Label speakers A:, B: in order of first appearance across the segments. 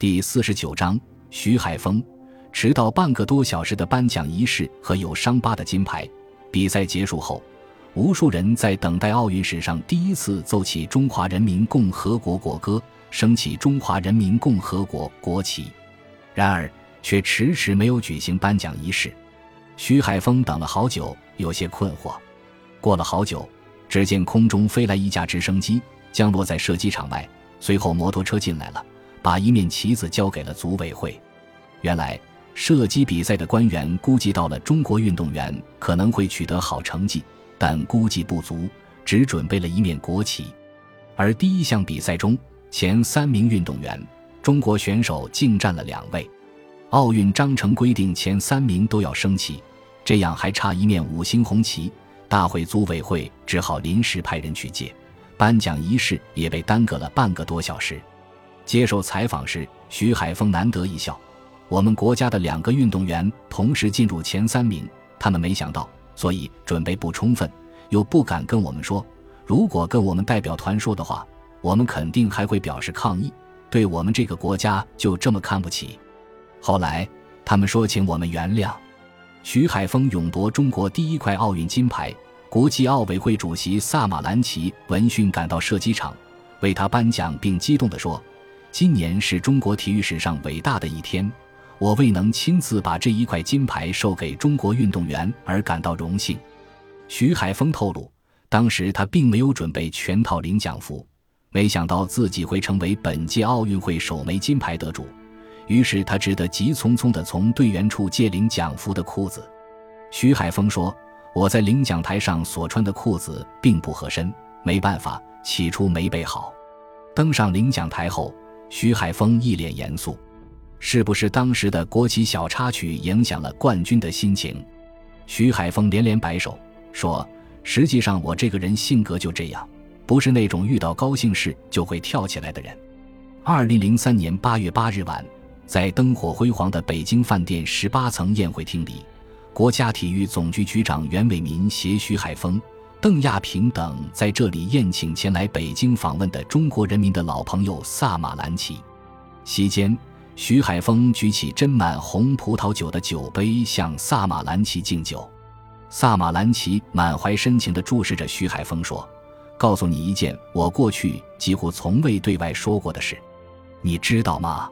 A: 第49章徐海峰，迟到半个多小时的颁奖仪式和有伤疤的金牌。比赛结束后，无数人在等待奥运史上第一次奏起中华人民共和国国歌，升起中华人民共和国国旗。然而却迟迟没有举行颁奖仪式。徐海峰等了好久，有些困惑。过了好久，只见空中飞来一架直升机，降落在射击场外，随后摩托车进来了，把一面旗子交给了组委会。原来射击比赛的官员估计到了中国运动员可能会取得好成绩，但估计不足，只准备了一面国旗。而第一项比赛中，前3名运动员，中国选手竟占了2位。奥运章程规定前3名都要升旗，这样还差一面5星红旗，大会组委会只好临时派人去借，颁奖仪式也被耽搁了半个多小时。接受采访时，徐海峰难得一笑，我们国家的2个运动员同时进入前3名，他们没想到，所以准备不充分，又不敢跟我们说，如果跟我们代表团说的话，我们肯定还会表示抗议，对我们这个国家就这么看不起。后来他们说请我们原谅。徐海峰勇夺中国第1块奥运金牌，国际奥委会主席萨马兰奇闻讯赶到射击场，为他颁奖，并激动地说，今年是中国体育史上伟大的一天，我为能亲自把这1块金牌授给中国运动员而感到荣幸。徐海峰透露，当时他并没有准备全套领奖服，没想到自己会成为本届奥运会首枚金牌得主，于是他只得急匆匆地从队员处借领奖服的裤子。徐海峰说，我在领奖台上所穿的裤子并不合身，没办法，起初没备好。登上领奖台后，徐海峰一脸严肃，是不是当时的国旗小插曲影响了冠军的心情？徐海峰连连摆手说，实际上我这个人性格就这样，不是那种遇到高兴事就会跳起来的人。2003年8月8日晚，在灯火辉煌的北京饭店18层宴会厅里，国家体育总局局长袁伟民携徐海峰、邓亚萍等在这里宴请前来北京访问的中国人民的老朋友萨马兰奇。席间，徐海峰举起斟满红葡萄酒的酒杯向萨马兰奇敬酒。萨马兰奇满怀深情地注视着徐海峰说，告诉你一件我过去几乎从未对外说过的事，你知道吗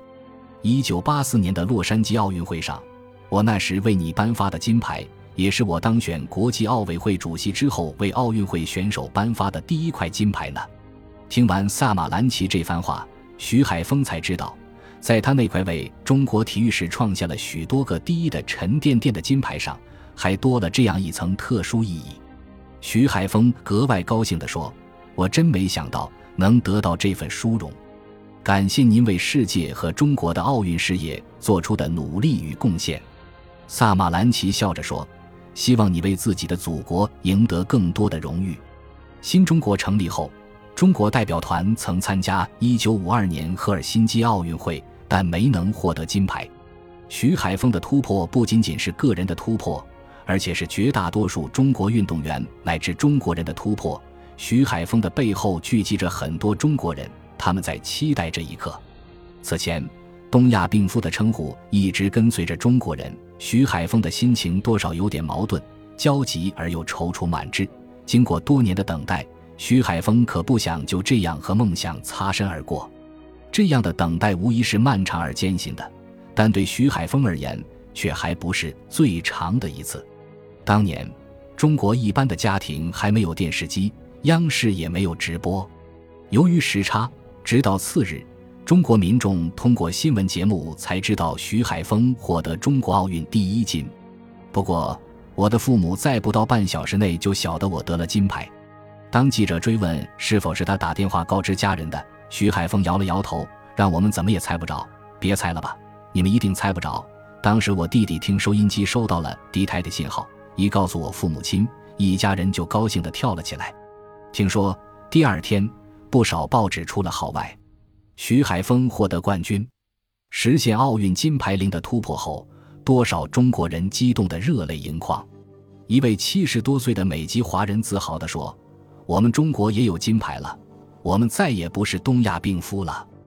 A: ？1984年的洛杉矶奥运会上，我那时为你颁发的金牌，也是我当选国际奥委会主席之后为奥运会选手颁发的第1块金牌呢。听完萨马兰奇这番话，徐海峰才知道，在他那块为中国体育史创下了许多个第1的沉甸甸的金牌上，还多了这样一层特殊意义。徐海峰格外高兴地说，我真没想到能得到这份殊荣，感谢您为世界和中国的奥运事业做出的努力与贡献。萨马兰奇笑着说，希望你为自己的祖国赢得更多的荣誉。新中国成立后，中国代表团曾参加1952年赫尔辛基奥运会，但没能获得金牌。徐海峰的突破不仅仅是个人的突破，而且是绝大多数中国运动员乃至中国人的突破。徐海峰的背后聚集着很多中国人，他们在期待这一刻。此前，东亚病夫的称呼一直跟随着中国人，徐海峰的心情多少有点矛盾，焦急而又踌躇满志。经过多年的等待，徐海峰可不想就这样和梦想擦身而过。这样的等待无疑是漫长而艰辛的，但对徐海峰而言，却还不是最长的一次。当年，中国一般的家庭还没有电视机，央视也没有直播。由于时差，直到次日，中国民众通过新闻节目才知道徐海峰获得中国奥运第1金。不过，我的父母在不到半小时内就晓得我得了金牌。当记者追问是否是他打电话告知家人的，徐海峰摇了摇头，让我们怎么也猜不着。别猜了吧，你们一定猜不着。当时我弟弟听收音机收到了敌台的信号，一告诉我父母亲，一家人就高兴地跳了起来。听说第2天，不少报纸出了号外，徐海峰获得冠军，实现奥运金牌令的突破后，多少中国人激动得热泪盈眶。一位70多岁的美籍华人自豪地说，我们中国也有金牌了，我们再也不是东亚病夫了。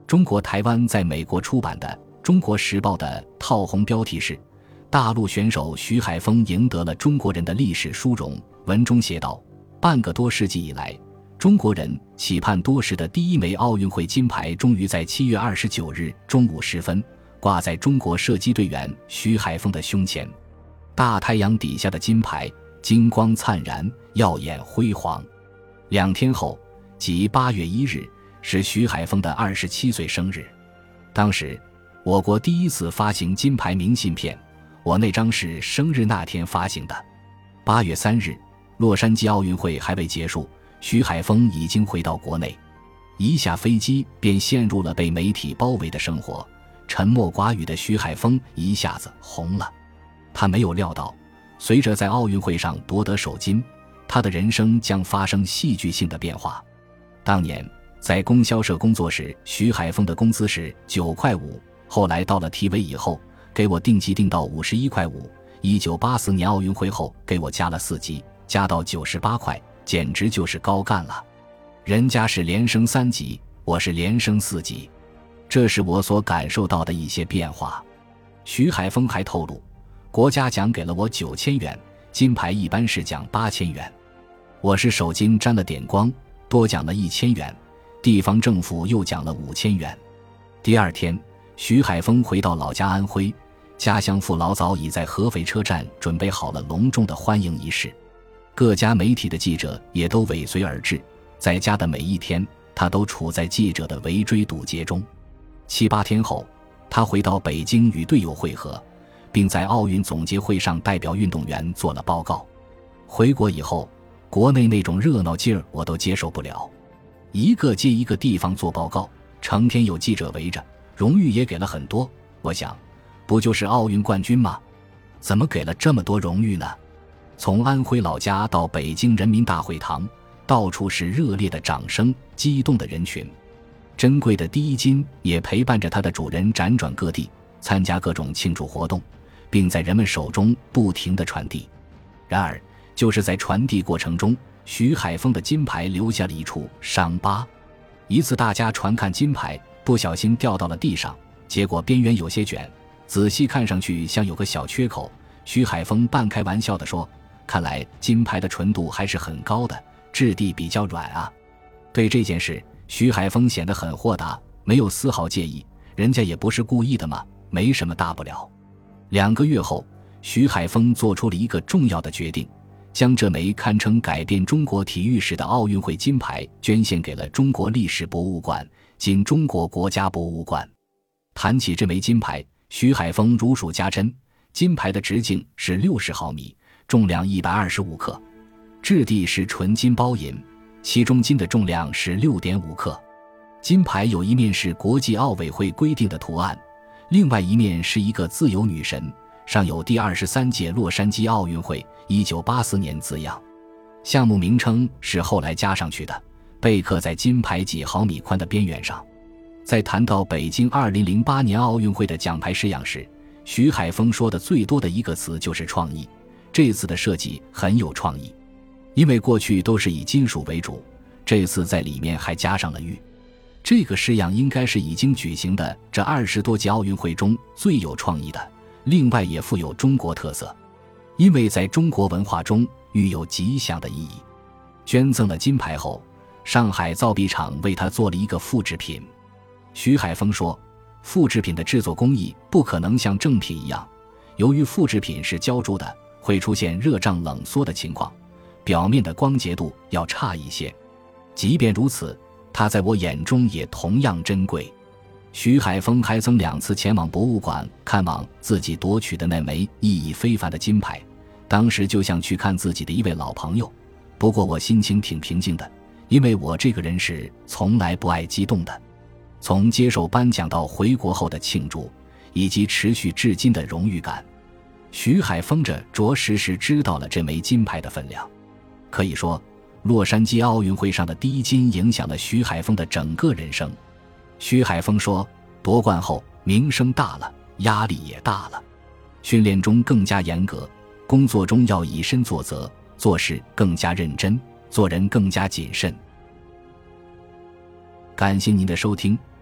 A: 中国台湾在美国出版的《中国时报》的套红标题是大陆选手徐海峰赢得了中国人的历史殊荣，文中写道，半个多世纪以来，中国人期盼多时的第一枚奥运会金牌终于在7月29日中午时分挂在中国射击队员徐海峰的胸前。大太阳底下的金牌金光灿然，耀眼辉煌。2天后，即8月1日，是徐海峰的27岁生日。当时我国第一次发行金牌明信片，我那张是生日那天发行的。8月3日，洛杉矶奥运会还未结束，徐海峰已经回到国内，一下飞机便陷入了被媒体包围的生活。沉默寡语的徐海峰一下子红了。他没有料到，随着在奥运会上夺得首金，他的人生将发生戏剧性的变化。当年在供销社工作时，徐海峰的工资是9块5，后来到了体委以后，给我定级定到51块5。1984年奥运会后，给我加了4级，加到98块，简直就是高干了。人家是连升3级，我是连升4级，这是我所感受到的一些变化。徐海峰还透露，国家奖给了我9000元，金牌一般是奖8000元，我是首金沾了点光，多奖了1000元，地方政府又奖了5000元。第2天，徐海峰回到老家安徽，家乡父老早已在合肥车站准备好了隆重的欢迎仪式，各家媒体的记者也都尾随而至。在家的每一天，他都处在记者的围追堵截中。7、8天后，他回到北京与队友会合，并在奥运总结会上代表运动员做了报告。回国以后，国内那种热闹劲儿我都接受不了，一个接一个地方做报告，成天有记者围着，荣誉也给了很多。我想，不就是奥运冠军吗？怎么给了这么多荣誉呢？从安徽老家到北京人民大会堂，到处是热烈的掌声，激动的人群。珍贵的第一金也陪伴着它的主人辗转各地，参加各种庆祝活动，并在人们手中不停地传递。然而，就是在传递过程中，徐海峰的金牌留下了一处伤疤。一次大家传看金牌，不小心掉到了地上，结果边缘有些卷，仔细看上去像有个小缺口。徐海峰半开玩笑地说，看来金牌的纯度还是很高的，质地比较软啊。对这件事，徐海峰显得很豁达，没有丝毫介意，人家也不是故意的嘛，没什么大不了。2个月后，徐海峰做出了一个重要的决定，将这枚堪称改变中国体育史的奥运会金牌捐献给了中国历史博物馆，今中国国家博物馆。谈起这枚金牌，徐海峰如数家珍。金牌的直径是60毫米，重量125克，质地是纯金包银，其中金的重量是 6.5 克。金牌有一面是国际奥委会规定的图案，另外一面是一个自由女神，上有第23届洛杉矶奥运会1984年字样。项目名称是后来加上去的，被刻在金牌几毫米宽的边缘上。在谈到北京2008年奥运会的奖牌式样时，徐海峰说的最多的一个词就是创意。这次的设计很有创意，因为过去都是以金属为主，这次在里面还加上了玉。这个式样应该是已经举行的这20多届奥运会中最有创意的，另外也富有中国特色，因为在中国文化中玉有吉祥的意义。捐赠了金牌后，上海造币厂为他做了一个复制品。徐海峰说，复制品的制作工艺不可能像正品一样，由于复制品是浇铸的，会出现热胀冷缩的情况，表面的光洁度要差一些。即便如此，它在我眼中也同样珍贵。徐海峰还曾2次前往博物馆看望自己夺取的那枚意义非凡的金牌，当时就像去看自己的一位老朋友。不过我心情挺平静的，因为我这个人是从来不爱激动的。从接受颁奖到回国后的庆祝，以及持续至今的荣誉感，徐海峰着实是知道了这枚金牌的分量。可以说，洛杉矶奥运会上的第一金影响了徐海峰的整个人生。徐海峰说，夺冠后名声大了，压力也大了，训练中更加严格，工作中要以身作则，做事更加认真，做人更加谨慎。感谢您的收听，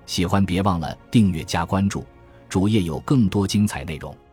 A: 喜欢别忘了订阅加关注，主页有更多精彩内容。